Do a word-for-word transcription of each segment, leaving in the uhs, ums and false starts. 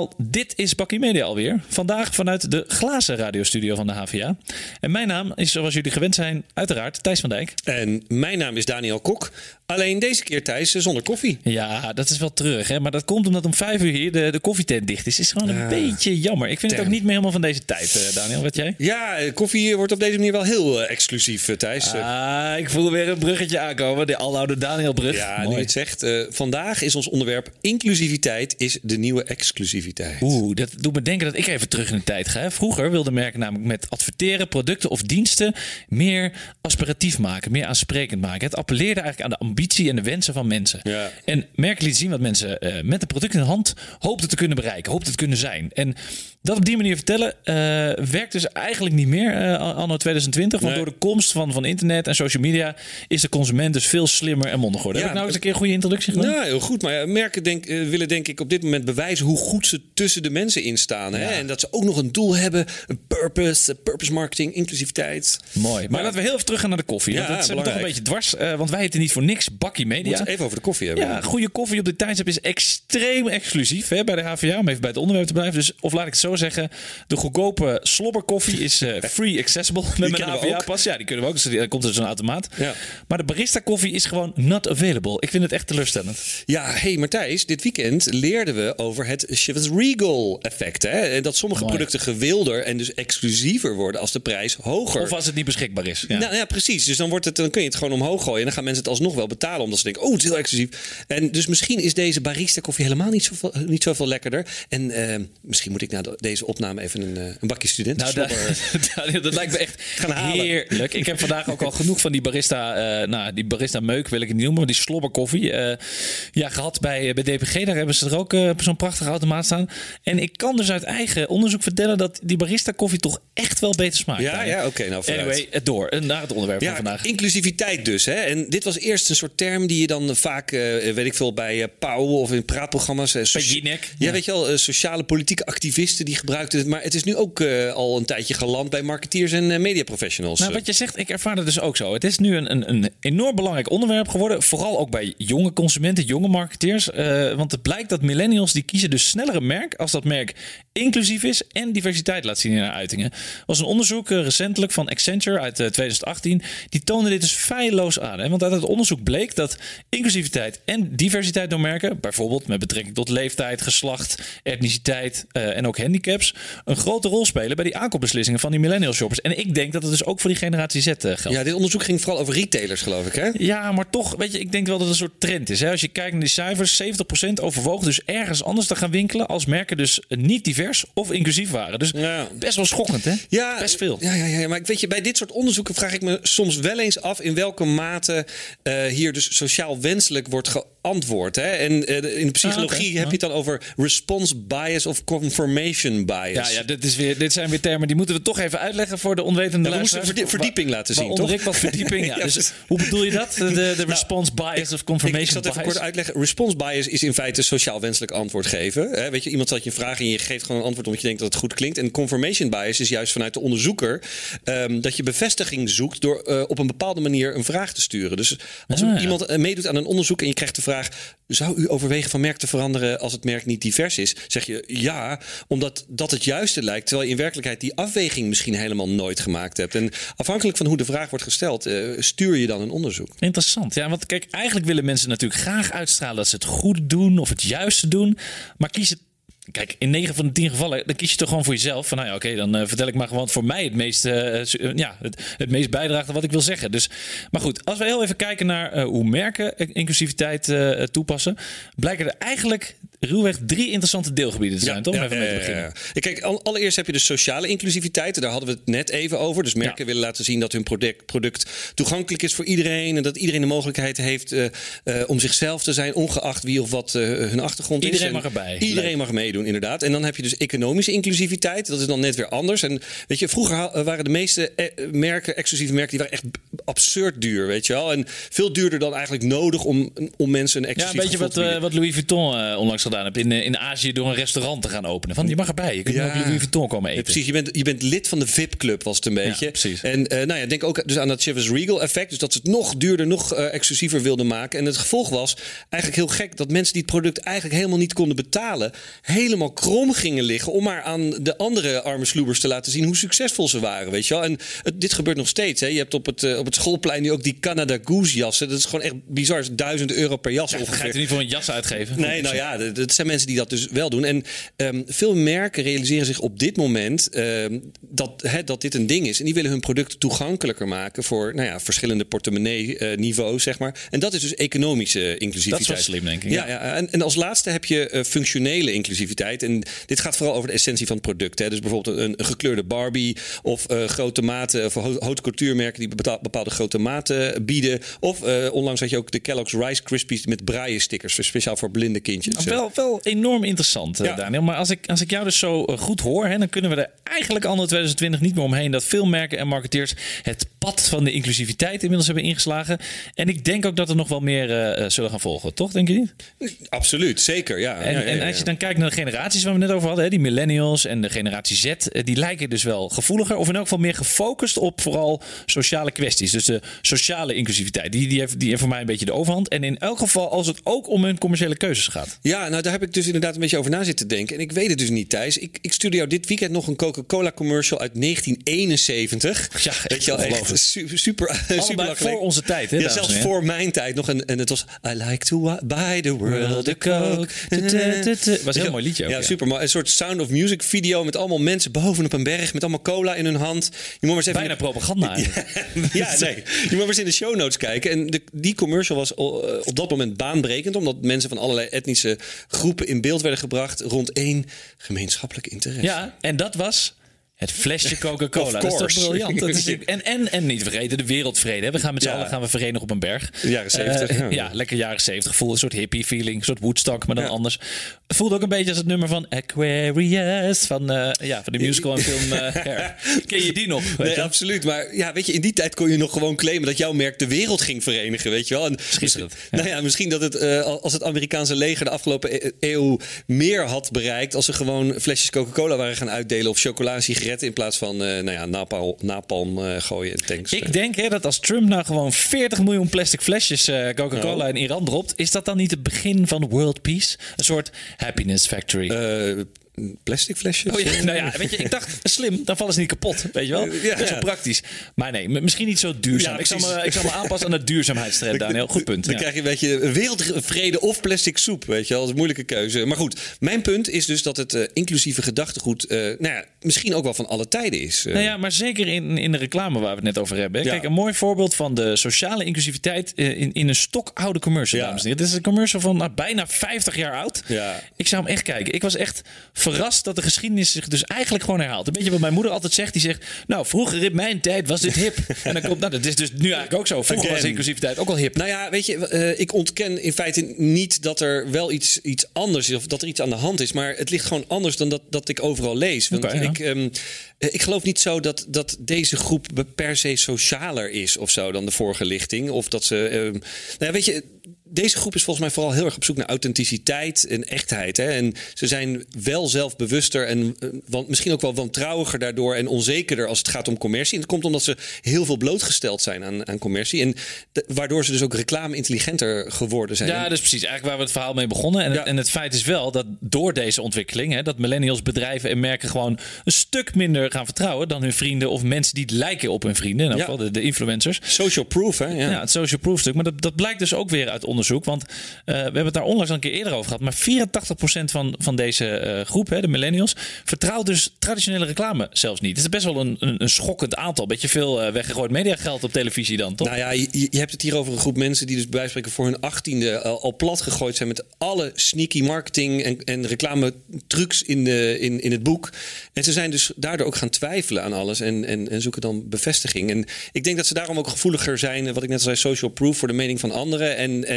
allemaal, dit is Bakkie Media alweer. Vandaag vanuit de glazen radiostudio van de H V A. En mijn naam is, zoals jullie gewend zijn, uiteraard Thijs van Dijk. En mijn naam is Daniel Kok. Alleen deze keer, Thijs, zonder koffie. Ja, dat is wel terug, hè? Maar dat komt omdat om vijf uur hier de, de koffietent dicht is. Is gewoon een uh, beetje jammer. Ik vind damn. het ook niet meer helemaal van deze tijd, uh, Daniel. Wat jij? Ja, koffie wordt op deze manier wel heel uh, exclusief, uh, Thijs. Ah, ik voel weer een bruggetje aankomen. De aloude Daniel-brug. Ja, Mooi. nu je het zegt. Uh, vandaag is ons onderwerp inclusiviteit is de nieuwe exclusiviteit. Oeh, dat doet me denken dat ik even terug in de tijd ga. Vroeger wilden merken namelijk met adverteren, producten of diensten meer aspiratief maken, meer aansprekend maken. Het appelleerde eigenlijk aan de ambitie en de wensen van mensen. Ja. En merken liet zien wat mensen uh, met een product in de hand hoopten te kunnen bereiken, hoopten te kunnen zijn. En dat op die manier vertellen uh, werkt dus eigenlijk niet meer uh, anno twintig twintig. Want nee. door de komst van, van internet en social media is de consument dus veel slimmer en mondiger geworden. Ja, Heb ik nou eens een keer een goede introductie gedaan? Nou, heel goed. Maar merken denk, uh, willen denk ik op dit moment bewijzen hoe goed ze tussen de mensen instaan. Hè? Ja. En dat ze ook nog een doel hebben, een purpose, purpose marketing, inclusiviteit. Mooi. Maar, maar laten we heel even teruggaan naar de koffie. Ja, dat zit me toch een beetje dwars. Uh, want wij heten niet voor niks Bakkie Media. We moeten even over de koffie hebben. Ja, goede koffie op dit tijdstip is extreem exclusief hè, bij de H V A. Om even bij het onderwerp te blijven. Dus, of laat ik het zo zeggen. De goedkope slobberkoffie is uh, free accessible met mijn H V A-pas. Ja, die kunnen we ook. Dus er komt er zo'n automaat. Ja. Maar de barista koffie is gewoon not available. Ik vind het echt teleurstellend. Ja, hé hey, Matthijs. Dit weekend leerden we over het Chivas Regal effect. Hè? Dat sommige Mooi. producten gewilder en dus exclusiever worden als de prijs hoger. Of als het niet beschikbaar is. Ja, nou, ja precies. Dus dan, wordt het, dan kun je het gewoon omhoog gooien. En dan gaan mensen het alsnog wel betalen. Omdat ze denken, oh, het is heel exclusief. En dus misschien is deze barista koffie helemaal niet zoveel, niet zoveel lekkerder. En uh, misschien moet ik na deze opname even een, een bakje studenten nou, dat, dat, dat lijkt me echt gaan halen. Heerlijk. Ik heb vandaag ook al genoeg van die barista, uh, nou, die barista meuk wil ik het niet noemen, maar die slobberkoffie uh, ja, gehad bij, bij D P G. Daar hebben ze er ook uh, zo'n prachtige automaat staan. En ik kan dus uit eigen onderzoek vertellen dat die barista koffie toch echt wel beter smaakt. Ja, ja oké. Okay, nou vooruit. Anyway, het door. Naar het onderwerp ja, van vandaag. Inclusiviteit dus. Hè? En dit was eerst een soort term die je dan vaak, uh, weet ik veel, bij uh, Pauw of in praatprogramma's. Uh, bij Jinek. Ja, ja, weet je wel, uh, sociale politieke activisten die gebruikten het. Maar het is nu ook uh, al een tijdje geland bij marketeers en uh, mediaprofessionals. Nou, wat je zegt, ik ervaar het dus ook zo. Het is nu een, een, een enorm belangrijk onderwerp geworden. Vooral ook bij jonge consumenten, jonge marketeers. Uh, want het blijkt dat millennials die kiezen dus sneller een merk als dat merk inclusief is en diversiteit laat zien in haar uitingen. Er was een onderzoek uh, recentelijk van Accenture uit uh, twintig achttien. Die toonde dit dus feilloos aan. Hè? Want uit het onderzoek bleek dat inclusiviteit en diversiteit door merken, bijvoorbeeld met betrekking tot leeftijd, geslacht, etniciteit uh, en ook handicaps, een grote rol spelen bij die aankoopbeslissingen van die millennial shoppers. En ik denk dat het dus ook voor die generatie Z uh, geldt. Ja, dit onderzoek ging vooral over retailers, geloof ik, hè? Ja, maar toch, weet je, ik denk wel dat het een soort trend is. Hè? Als je kijkt naar die cijfers, zeventig procent overwoog dus ergens anders te gaan winkelen als merken dus niet divers of inclusief waren. Dus ja. best wel schokkend, hè? Ja, best veel. Ja, ja, ja, maar weet je, bij dit soort onderzoeken vraag ik me soms wel eens af in welke mate uh, hier dus sociaal wenselijk wordt geantwoord. Hè? En uh, in de psychologie ah, okay. heb je het dan over response bias of confirmation bias. Ja, ja dit, is weer, dit zijn weer termen die moeten we toch even uitleggen voor de onwetende ja, we moesten verdi- verdieping laten zien, toch? Ontbreekt wat verdieping, ja. ja dus hoe bedoel je dat? De, de response bias nou, of confirmation ik, ik zal het bias? even kort uitleggen. Response bias is in feite sociaal wenselijk antwoord geven. Hè? Weet je, iemand stelt je een vraag en je geeft gewoon een antwoord omdat je denkt dat het goed klinkt. En confirmation bias is juist vanuit de onderzoeker um, dat je bevestiging zoekt door uh, op een bepaalde manier een vraag te sturen. Dus als ah, ja. iemand uh, meedoet aan een onderzoek en je krijgt de vraag, zou u overwegen van merk te veranderen als het merk niet divers is? Zeg je ja, omdat dat het juiste lijkt, terwijl je in werkelijkheid die afweging misschien helemaal nooit gemaakt hebt. En afhankelijk van hoe de vraag wordt gesteld, uh, stuur je dan een onderzoek. Interessant. Ja, want kijk, eigenlijk willen mensen natuurlijk graag uitstralen dat ze het goed doen of het juiste doen, maar kiezen Kijk, in negen van de tien gevallen, dan kies je toch gewoon voor jezelf. Van nou ja, oké, okay, dan uh, vertel ik maar gewoon voor mij het meest, uh, uh, ja, het, het meest bijdraagt aan wat ik wil zeggen. Dus, maar goed, als we heel even kijken naar uh, hoe merken inclusiviteit uh, toepassen, blijken er eigenlijk ruwweg drie interessante deelgebieden te zijn, ja, toch? Om ja, even mee te beginnen. Ja, ja. Kijk, allereerst heb je de sociale inclusiviteit. Daar hadden we het net even over. Dus merken ja. willen laten zien dat hun product, product toegankelijk is voor iedereen en dat iedereen de mogelijkheid heeft uh, uh, om zichzelf te zijn, ongeacht wie of wat uh, hun achtergrond iedereen is. Iedereen mag erbij. Iedereen Leuk. mag meedoen, inderdaad. En dan heb je dus economische inclusiviteit. Dat is dan net weer anders. En weet je, vroeger waren de meeste merken, exclusieve merken, die waren echt absurd duur, weet je wel. En veel duurder dan eigenlijk nodig om, om mensen een exclusief Ja, een beetje wat, uh, wat Louis Vuitton uh, onlangs gedaan heeft in, uh, in Azië door een restaurant te gaan openen. Van, je mag erbij, je kunt ja. ook Louis Vuitton komen eten. Ja, precies, je bent, je bent lid van de V I P-club, was het een beetje. Ja, precies. En uh, nou ja, denk ook dus aan dat Chivas Regal effect. Dus dat ze het nog duurder, nog uh, exclusiever wilden maken. En het gevolg was eigenlijk heel gek dat mensen die het product eigenlijk helemaal niet konden betalen, helemaal krom gingen liggen om maar aan de andere arme sloebers te laten zien hoe succesvol ze waren, weet je wel. En het, dit gebeurt nog steeds. Hè. Je hebt op het, uh, op het schoolplein nu ook die Canada Goose jassen. Dat is gewoon echt bizar. Dat is duizend euro per jas. Ja, ongeveer. ga je er niet voor een jas uitgeven? Nee, nou ja, dat zijn mensen die dat dus wel doen. En um, veel merken realiseren zich op dit moment um, dat, he, dat dit een ding is. En die willen hun product toegankelijker maken voor nou ja, verschillende portemonnee-niveaus, zeg maar. En dat is dus economische inclusiviteit. Dat is wel slim, denk ik. Ja, ja. En, en als laatste heb je uh, functionele inclusiviteit. En dit gaat vooral over de essentie van het product. Hè. Dus bijvoorbeeld een, een gekleurde Barbie of uh, grote maten of haute couturemerken die betaal, bepaalde grote maten bieden. Of uh, onlangs had je ook de Kellogg's Rice Krispies met braille stickers, speciaal voor blinde kindjes. Wel, wel enorm interessant, ja. Daniel. Maar als ik, als ik jou dus zo goed hoor, hè, dan kunnen we er eigenlijk anno twintig twintig niet meer omheen dat veel merken en marketeers het pad van de inclusiviteit inmiddels hebben ingeslagen. En ik denk ook dat er nog wel meer uh, zullen gaan volgen, toch? Denk je niet? Absoluut, zeker, ja. En, ja, ja, ja. en als je dan kijkt naar de generaties waar we net over hadden, hè, die millennials en de generatie Z, die lijken dus wel gevoeliger of in elk geval meer gefocust op vooral sociale kwesties. Dus de sociale inclusiviteit, die, die, heeft, die heeft voor mij een beetje de overhand. En in elk geval als het ook om hun commerciële keuzes gaat. Ja, nou daar heb ik dus inderdaad een beetje over na zitten denken. En ik weet het dus niet, Thijs. Ik, ik stuurde jou dit weekend nog een Coca-Cola commercial uit negentien eenenzeventig. Ja, weet je wel, echt super, super, super voor onze tijd, hè? Ja, zelfs mee, voor mijn tijd nog. En, en het was I like to buy the world a Coke. Het was een heel mooi liedje ook, ja, ja, super. Maar een soort Sound of Music video met allemaal mensen bovenop een berg met allemaal cola in hun hand. Je moet maar eens even bijna propaganda. Ja, ja, nee. Je moet maar eens in de show notes kijken. En de, die commercial was op dat moment baanbrekend, omdat mensen van allerlei etnische groepen in beeld werden gebracht rond één gemeenschappelijk interesse. Ja, en dat was het flesje Coca-Cola. Dat is toch briljant? Dat is, en, en, en niet vergeten, de wereldvrede. We gaan met z'n ja. allen gaan we verenigen op een berg. De jaren zeventig. Uh, ja. ja, lekker jaren zeventig. Voelde een soort hippie feeling. Een soort Woodstock, maar dan ja. anders. Het voelde ook een beetje als het nummer van Aquarius. Van, uh, ja, van de musical en film uh, Hair. Ken je die nog? Nee, absoluut. Maar ja, weet je, in die tijd kon je nog gewoon claimen dat jouw merk de wereld ging verenigen. Weet je wel? En Schitterend. Ja. Nou ja, misschien dat het uh, als het Amerikaanse leger de afgelopen eeuw meer had bereikt als ze gewoon flesjes Coca-Cola waren gaan uitdelen of chocola en sigaretten in plaats van uh, nou ja, napalm, napalm uh, gooien in tanks. Ik denk hè, dat als Trump nou gewoon veertig miljoen plastic flesjes uh, Coca-Cola oh. in Iran dropt, is dat dan niet het begin van world peace? Een soort happiness factory. Uh, Plastic flesjes? Oh ja, nou ja, weet je, ik dacht slim, dan vallen ze niet kapot, weet je wel? Ja, dat is wel praktisch. Maar nee, misschien niet zo duurzaam. Ja, ik, zal me, ik zal me aanpassen aan de duurzaamheidstrend, Daniel. Goed punt. Dan ja. krijg je een beetje wereldvrede of plastic soep, weet je wel? Dat is een moeilijke keuze. Maar goed, mijn punt is dus dat het uh, inclusieve gedachtegoed uh, nou ja, misschien ook wel van alle tijden is. Uh. Nou ja, maar zeker in, in de reclame waar we het net over hebben. Ja. Kijk, een mooi voorbeeld van de sociale inclusiviteit uh, in, in een stokoude commercial, ja. dames en heren. Dit is een commercial van nou, bijna vijftig jaar oud. Ja. Ik zou hem echt kijken. Ik was echt verrast dat de geschiedenis zich dus eigenlijk gewoon herhaalt. Een beetje wat mijn moeder altijd zegt. Die zegt, nou, vroeger in mijn tijd was dit hip. En dan komt, nou, dat is dus nu eigenlijk ook zo. Vroeger was inclusiviteit ook al hip. Nou ja, weet je, uh, ik ontken in feite niet dat er wel iets, iets anders is of dat er iets aan de hand is. Maar het ligt gewoon anders dan dat, dat ik overal lees. Want okay, ja. ik, um, ik geloof niet zo dat, dat deze groep per se socialer is of zo dan de vorige lichting. Of dat ze, um, nou ja, weet je, deze groep is volgens mij vooral heel erg op zoek naar authenticiteit en echtheid. Hè? En ze zijn wel zelfbewuster en uh, misschien ook wel wantrouwiger daardoor en onzekerder als het gaat om commercie. En dat komt omdat ze heel veel blootgesteld zijn aan, aan commercie. En de, waardoor ze dus ook reclame-intelligenter geworden zijn. Ja, dus precies. Eigenlijk waar we het verhaal mee begonnen. En, ja. het, en het feit is wel dat door deze ontwikkeling, hè, dat millennials bedrijven en merken gewoon een stuk minder gaan vertrouwen dan hun vrienden of mensen die lijken op hun vrienden. In elk geval ja. de, de influencers. Social proof, hè? Ja, ja het social proof stuk. Maar dat, dat blijkt dus ook weer uit onderzoek. Want uh, we hebben het daar onlangs al een keer eerder over gehad. Maar vierentachtig procent van, van deze uh, groep, hè, de millennials, vertrouwt dus traditionele reclame zelfs niet. Het is best wel een, een, een schokkend aantal. Beetje veel uh, weggegooid mediageld op televisie dan, toch? Nou ja, je, je hebt het hier over een groep mensen die dus bij wijze van spreken voor hun achttiende al, al plat gegooid zijn met alle sneaky marketing en, en reclame trucs in, de, in, in het boek. En ze zijn dus daardoor ook gaan twijfelen aan alles en, en, en zoeken dan bevestiging. En ik denk dat ze daarom ook gevoeliger zijn, wat ik net al zei, social proof voor de mening van anderen. En, en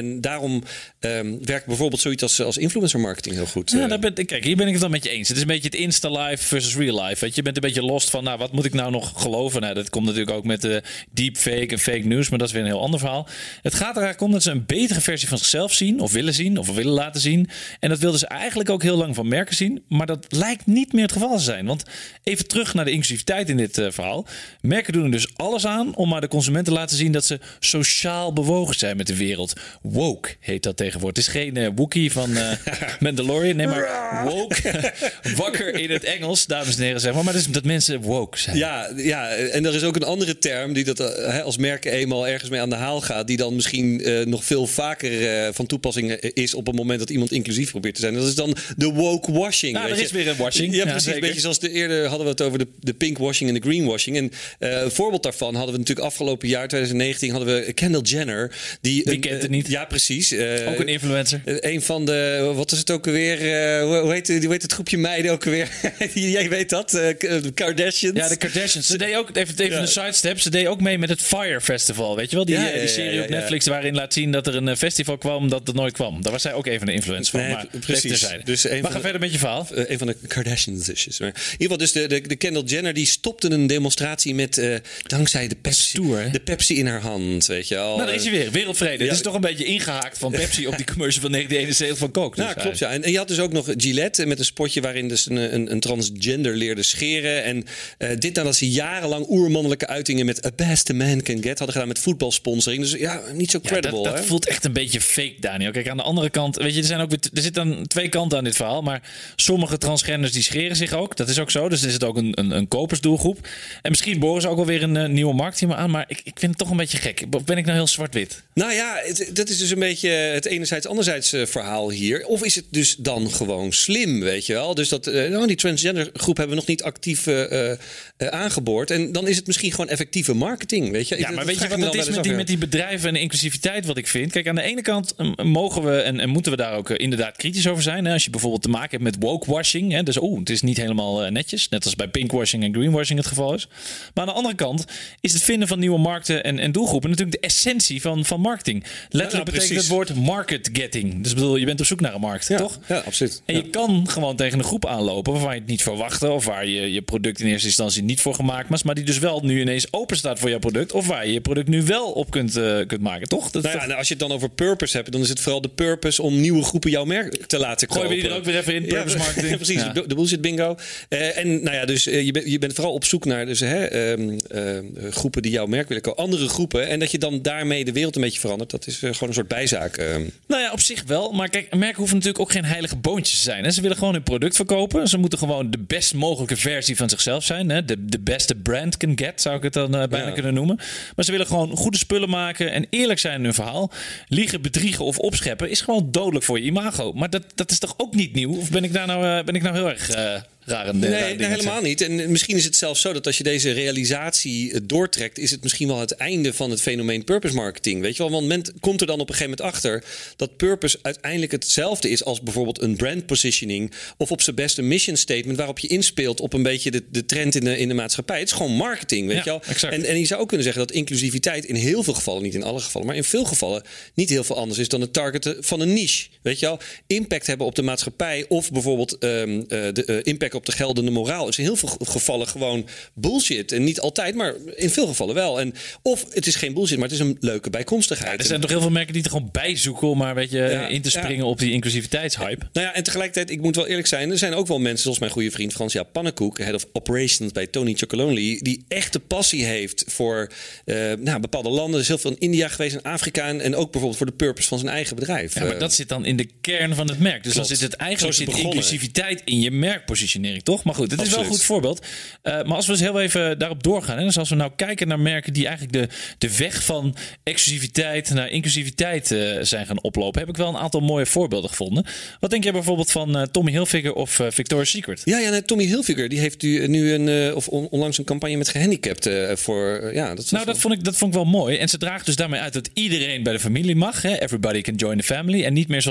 en daarom um, werkt bijvoorbeeld zoiets als, als influencer marketing heel goed. Ja, daar ben, kijk, hier ben ik het dan met je eens. Het is een beetje het Insta-life versus real life. Weet je? je bent een beetje lost van, nou, wat moet ik nou nog geloven? Nou, dat komt natuurlijk ook met de deepfake en fake news, maar dat is weer een heel ander verhaal. Het gaat er eigenlijk om dat ze een betere versie van zichzelf zien, of willen zien, of willen laten zien. En dat wilden ze eigenlijk ook heel lang van merken zien, maar dat lijkt niet meer het geval te zijn. Want even terug naar de inclusiviteit in dit uh, verhaal. Merken doen er dus alles aan om maar de consument te laten zien dat ze sociaal bewogen zijn met de wereld. Woke heet dat tegenwoordig. Het is geen uh, Wookiee van uh, Mandalorian, nee, maar woke. Wakker in het Engels, dames en heren, zeg maar. Maar dat is dat mensen woke zijn. Ja, ja, en er is ook een andere term die dat uh, als merken eenmaal ergens mee aan de haal gaat, die dan misschien uh, nog veel vaker uh, van toepassing is op het moment dat iemand inclusief probeert te zijn. Dat is dan de woke washing. Nou, weet er je? is weer een washing. Ja, precies. Ja, een beetje zoals de eerder hadden we het over de, de pink washing en de green washing. En uh, een voorbeeld daarvan hadden we natuurlijk afgelopen jaar twintig negentien hadden we Kendall Jenner. Die Wie een, kent het niet? Ja, precies. Uh, ook een influencer. Uh, een van de, wat is het ook alweer? Uh, hoe, hoe, heet, hoe heet het groepje meiden ook alweer? Jij weet dat? Uh, de Kardashians. Ja, de Kardashians. Ze deed ook, even, even ja. een sidestep, ze deed ook mee met het Fire Festival. Weet je wel? Die, ja, ja, die serie ja, ja, op Netflix waarin laat zien dat er een festival kwam dat het nooit kwam. Daar was zij ook even een influencer van. Nee, maar precies. Dus een maar ga de, verder met je verhaal. Uh, een van de Kardashians-zusjes. Maar in ieder geval, dus de, de, de Kendall Jenner die stopte een demonstratie met uh, dankzij de Pepsi, Stoer, de Pepsi in haar hand, weet je al. Nou, daar is hij weer. Wereldvrede. Ja. Het is toch een beetje ingehaakt van Pepsi op die commercial van negentien eenenzeventig van Coke. Dus ja, klopt. Ja. En, en je had dus ook nog Gillette met een spotje waarin dus een, een, een transgender leerde scheren. En uh, dit nadat ze jarenlang oermannelijke uitingen met A Best a Man Can Get hadden gedaan met voetbalsponsoring. Dus ja, niet zo credible. Ja, dat, dat voelt echt een beetje fake, Daniel. Kijk, aan de andere kant, weet je, er zijn ook weer, er zitten twee kanten aan dit verhaal. Maar sommige transgenders die scheren zich ook. Dat is ook zo. Dus er zit ook een, een, een kopersdoelgroep. En misschien boren ze ook wel weer een uh, nieuwe markt hier aan. Maar ik, ik vind het toch een beetje gek. Ben ik nou heel zwart-wit? Nou ja, het, dat is dus een beetje het enerzijds anderzijds uh, verhaal hier. Of is het dus dan gewoon slim, weet je wel? Dus dat, uh, nou, die transgender groep hebben we nog niet actief uh, uh, aangeboord. En dan is het misschien gewoon effectieve marketing, weet je? Ja, dat, maar dat weet je wat het is met die, met die bedrijven en de inclusiviteit wat ik vind? Kijk, aan de ene kant um, mogen we en, en moeten we daar ook uh, inderdaad kritisch over zijn. Hè? Als je bijvoorbeeld te maken hebt met woke-washing. Hè? Dus oh, het is niet helemaal uh, netjes. Net als bij pinkwashing en greenwashing het geval is. Maar aan de andere kant is het vinden van nieuwe markten en, en doelgroepen natuurlijk de essentie van, van marketing. Letterlijk ja, nou, betekent precies. Het woord market getting. Dus bedoel, je bent op zoek naar een markt, ja, toch? Ja, absoluut. En ja. je kan gewoon tegen een groep aanlopen waarvan je het niet verwachtte. Of waar je je product in eerste instantie niet voor gemaakt was. Maar die dus wel nu ineens open staat voor jouw product. Of waar je je product nu wel op kunt, uh, kunt maken, toch? Dat nou ja, toch... nou, als je het dan over purpose hebt, dan is het vooral de purpose om nieuwe groepen jouw merk te laten kopen. Gooi je die er ook weer even in, purpose ja, marketing. Precies, ja. de bullshit bingo. Uh, en nou ja, dus uh, je, ben, je bent vooral op zoek naar dus, hè, um, uh, groepen die jouw merk willen kopen. Andere groepen. En dat je dan daarmee de wereld een beetje verandert. Dat is uh, gewoon een soort bijzaak. Uh. Nou ja, op zich wel. Maar kijk, merken hoeven natuurlijk ook geen heilige boontjes te zijn. Hè? Ze willen gewoon hun product verkopen. Ze moeten gewoon de best mogelijke versie van zichzelf zijn. Hè? De, de beste brand can get, zou ik het dan uh, bijna ja. kunnen noemen. Maar ze willen gewoon goede spullen maken en eerlijk zijn in hun verhaal. Liegen, bedriegen of opscheppen is gewoon dodelijk voor je imago. Maar dat, dat is toch ook niet nieuw? Of ben ik daar nou, uh, ben ik nou heel erg... Uh, Rare, nee, rare nee helemaal niet. En misschien is het zelfs zo dat als je deze realisatie doortrekt, is het misschien wel het einde van het fenomeen purpose marketing. Weet je wel? Want men komt er dan op een gegeven moment achter dat purpose uiteindelijk hetzelfde is als bijvoorbeeld een brand positioning of op zijn best een mission statement waarop je inspeelt op een beetje de, de trend in de, in de maatschappij. Het is gewoon marketing, weet ja, je wel? En, en je zou ook kunnen zeggen dat inclusiviteit in heel veel gevallen, niet in alle gevallen, maar in veel gevallen niet heel veel anders is dan het targeten van een niche. Weet je wel? Impact hebben op de maatschappij of bijvoorbeeld um, uh, de uh, impact op de geldende moraal is in heel veel gevallen gewoon bullshit. En niet altijd, maar in veel gevallen wel. En of het is geen bullshit, maar het is een leuke bijkomstigheid. Ja, er zijn toch heel veel merken die er gewoon bij zoeken om maar een beetje ja, in te springen ja. op die inclusiviteitshype. Nou ja, en tegelijkertijd, ik moet wel eerlijk zijn, er zijn ook wel mensen zoals mijn goede vriend Frans Pannenkoek, head of operations bij Tony Chocolonely, die echt de passie heeft voor uh, nou, bepaalde landen. Er is heel veel in India geweest, in Afrika en, en ook bijvoorbeeld voor de purpose van zijn eigen bedrijf. Ja, maar uh, dat zit dan in de kern van het merk. Dus klopt. dan zit het eigenlijk Zo is het zit inclusiviteit in je merkpositionering, toch? Maar goed, het is Absoluut. wel een goed voorbeeld. Uh, maar als we eens heel even daarop doorgaan, hè, dus als we nou kijken naar merken die eigenlijk de, de weg van exclusiviteit naar inclusiviteit uh, zijn gaan oplopen, heb ik wel een aantal mooie voorbeelden gevonden. Wat denk jij bijvoorbeeld van uh, Tommy Hilfiger of uh, Victoria's Secret? Ja, ja nee, Tommy Hilfiger die heeft nu, nu een uh, of on, onlangs een campagne met gehandicapten uh, voor. Uh, ja, dat nou, dat vond ik dat vond ik wel mooi. En ze draagt dus daarmee uit dat iedereen bij de familie mag. Hè? Everybody can join the family. En niet meer zoals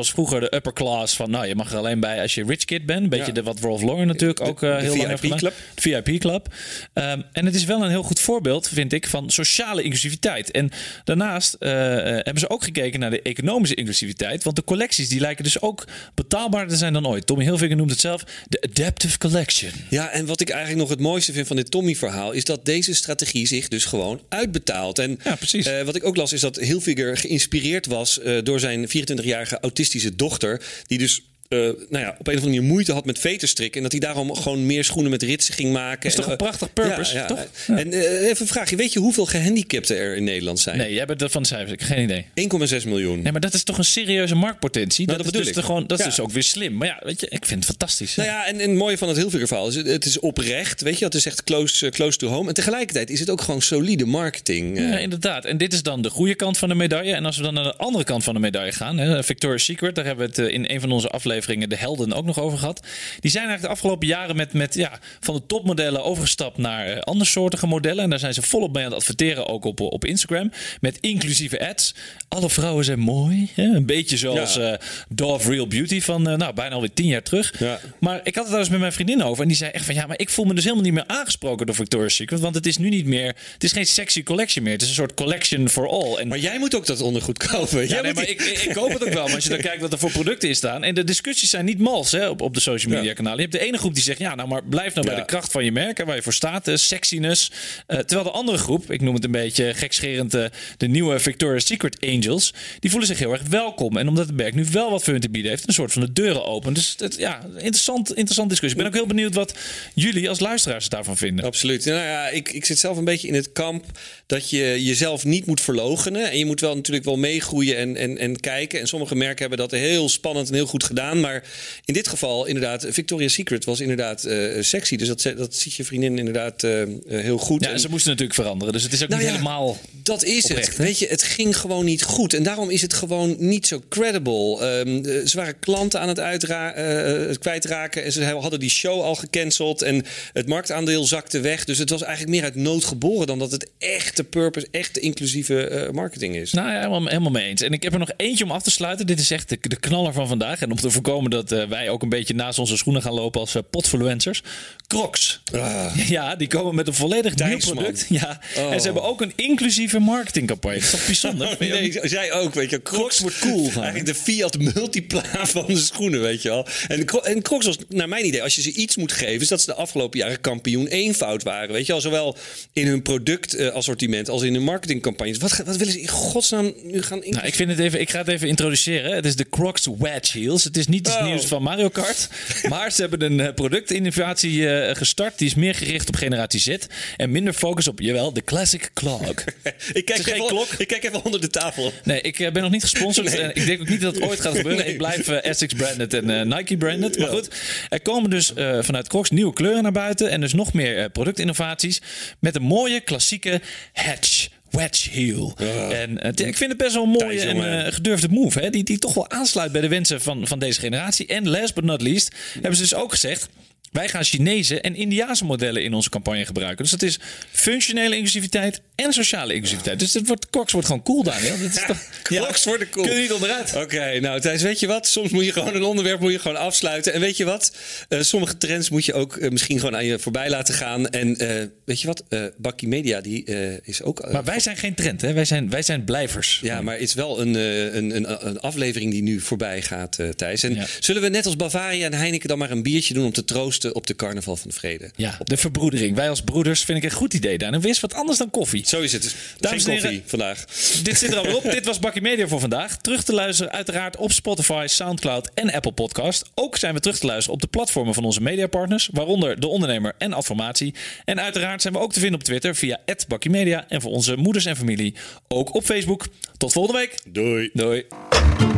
was vroeger de upper class van, nou, je mag er alleen bij als je rich kid bent. Een beetje Ja. de, wat Ralph Lauren natuurlijk ook uh, heel lang heeft gedaan. Club. De V I P Club. Um, en het is wel een heel goed voorbeeld, vind ik, van sociale inclusiviteit. En daarnaast uh, hebben ze ook gekeken naar de economische inclusiviteit. Want de collecties die lijken dus ook betaalbaarder te zijn dan ooit. Tommy Hilfiger noemt het zelf de Adaptive Collection. Ja, en wat ik eigenlijk nog het mooiste vind van dit Tommy-verhaal is dat deze strategie zich dus gewoon uitbetaalt. En ja, precies. Uh, wat ik ook las is dat Hilfiger geïnspireerd was uh, door zijn vierentwintigjarige autistische dochter, die dus Uh, nou ja, op een of andere manier moeite had met veterstrikken. En dat hij daarom gewoon meer schoenen met ritsen ging maken. Dat is en, toch een prachtig purpose, ja, ja. toch? Ja. En uh, even een vraagje. Weet je hoeveel gehandicapten er in Nederland zijn? Nee, jij bent dat van de cijfers. Ik heb geen idee. één komma zes miljoen. Nee, maar dat is toch een serieuze marktpotentie? Nou, dat, dat is bedoel dus ik. gewoon, dat is Ja. dus ook weer slim. Maar ja, weet je, ik vind het fantastisch. Nou ja, en, en het mooie van het Hilfiger verhaal is, het, het is oprecht. Weet je, het is echt close, uh, close to home. En tegelijkertijd is het ook gewoon solide marketing. Uh. Ja, inderdaad. En dit is dan de goede kant van de medaille. En als we dan naar de andere kant van de medaille gaan, hè, Victoria's Secret, daar hebben we het uh, in een van onze afleveringen, de helden, ook nog over gehad. Die zijn eigenlijk de afgelopen jaren met, met ja, van de topmodellen overgestapt naar uh, andersoortige modellen. En daar zijn ze volop mee aan het adverteren, ook op, op Instagram. Met inclusieve ads. Alle vrouwen zijn mooi. Hè? Een beetje zoals ja. uh, Dove Real Beauty van uh, nou, bijna alweer tien jaar terug. Ja. Maar ik had het daar eens met mijn vriendin over. En die zei echt van, ja, maar ik voel me dus helemaal niet meer aangesproken door Victoria's Secret. Want het is nu niet meer, het is geen sexy collection meer. Het is een soort collection for all. En maar jij moet ook dat ondergoed kopen. Ja, jij nee, moet maar die... ik, ik koop het ook wel. Maar als je dan kijkt wat er voor producten in staan. En de discussies zijn niet mals, hè, op, op de social media kanalen. Je hebt de ene groep die zegt, ja, nou maar blijf nou ja. bij de kracht van je merk. Waar je voor staat, uh, sexiness. Uh, terwijl de andere groep, ik noem het een beetje gekscherend, uh, de nieuwe Victoria's Secret Angels, die voelen zich heel erg welkom. En omdat het merk nu wel wat voor hun te bieden heeft, een soort van de deuren open. Dus het, ja, interessant, interessant discussie. Ik ben ook heel benieuwd wat jullie als luisteraars daarvan vinden. Absoluut. Nou ja, ik, ik zit zelf een beetje in het kamp dat je jezelf niet moet verloochenen. En je moet wel natuurlijk wel meegroeien en, en, en kijken. En sommige merken hebben dat heel spannend en heel goed gedaan. Maar in dit geval inderdaad, Victoria's Secret was inderdaad uh, sexy. Dus dat, dat ziet je vriendin inderdaad uh, heel goed. Ja, en ze moesten natuurlijk veranderen. Dus het is ook nou niet ja, helemaal dat is oprecht, het. Hè? Weet je, het ging gewoon niet goed. En daarom is het gewoon niet zo credible. Um, ze waren klanten aan het, uitra- uh, het kwijtraken. En ze hadden die show al gecanceld. En het marktaandeel zakte weg. Dus het was eigenlijk meer uit nood geboren dan dat het echte purpose, echte inclusieve uh, marketing is. Nou ja, helemaal, helemaal mee eens. En ik heb er nog eentje om af te sluiten. Dit is echt de, de knaller van vandaag. En om te voorkomen dat uh, wij ook een beetje naast onze schoenen gaan lopen als uh, potfluencers. Crocs. Ah. Ja, die komen met een volledig Thijs, nieuw product. man. Ja. Oh. En ze hebben ook een inclusieve marketingcampagne. Dat is toch bijzonder? Nee, zij ook, weet je. Crocs, Crocs wordt cool. Gaan. Eigenlijk de Fiat Multipla van de schoenen, weet je wel. En, en Crocs was, naar mijn idee, als je ze iets moet geven, is dat ze de afgelopen jaren kampioen eenvoud waren, weet je wel. Zowel in hun productassortiment als in hun marketingcampagnes. Wat, wat willen ze in godsnaam nu gaan... Nou, ik, vind het even, ik ga het even introduceren. Het is de Crocs Wedge Heels. Het is niet het Oh. nieuws van Mario Kart. Maar ze hebben een uh, productinnovatie uh, gestart. Die is meer gericht op generatie Z. En minder focus op, jawel, de classic clog. ik, kijk geen even, klok. ik kijk even onder de tafel. Nee, ik uh, ben nog niet gesponsord. Nee. En ik denk ook niet dat het ooit gaat gebeuren. Nee. Ik blijf uh, Essex branded en uh, Nike branded. Maar Ja. goed, er komen dus uh, vanuit Crocs nieuwe kleuren naar buiten. En dus nog meer uh, productinnovaties. Met een mooie klassieke hatch. Wedge heel. Ja. En uh, t- ik vind het best wel een mooie Thijs, en jongen. uh, gedurfde move. Hè? Die, die toch wel aansluit bij de wensen van, van deze generatie. En last but not least hebben ze dus ook gezegd, wij gaan Chinese en Indiase modellen in onze campagne gebruiken. Dus dat is functionele inclusiviteit en sociale inclusiviteit. Dus dit wordt, Crocs wordt gewoon cool, Daniel. Dat is toch, Crocs worden cool. Kun je niet onderuit. Oké, okay, nou Thijs, weet je wat? Soms moet je gewoon een onderwerp moet je gewoon afsluiten. En weet je wat? Uh, sommige trends moet je ook uh, misschien gewoon aan je voorbij laten gaan. En uh, weet je wat? Uh, Bakkie Media, die uh, is ook... Uh, maar wij zijn geen trend, hè? Wij zijn, wij zijn blijvers. Ja, maar het is wel een, uh, een, een, een aflevering die nu voorbij gaat, uh, Thijs. En Ja. zullen we net als Bavaria en Heineken dan maar een biertje doen om te troosten op de carnaval van de vrede? Ja, de verbroedering. Wij als broeders vind ik een goed idee, Daniel. Wees wat anders dan koffie. Zo is het. Dames Geen en koffie heren, vandaag. Dit zit er alweer op. Dit was Bakkie Media voor vandaag. Terug te luisteren uiteraard op Spotify, Soundcloud en Apple Podcast. Ook zijn we terug te luisteren op de platformen van onze mediapartners, waaronder De Ondernemer en Adformatie. En uiteraard zijn we ook te vinden op Twitter via at Bakkie Media en voor onze moeders en familie ook op Facebook. Tot volgende week. Doei. Doei.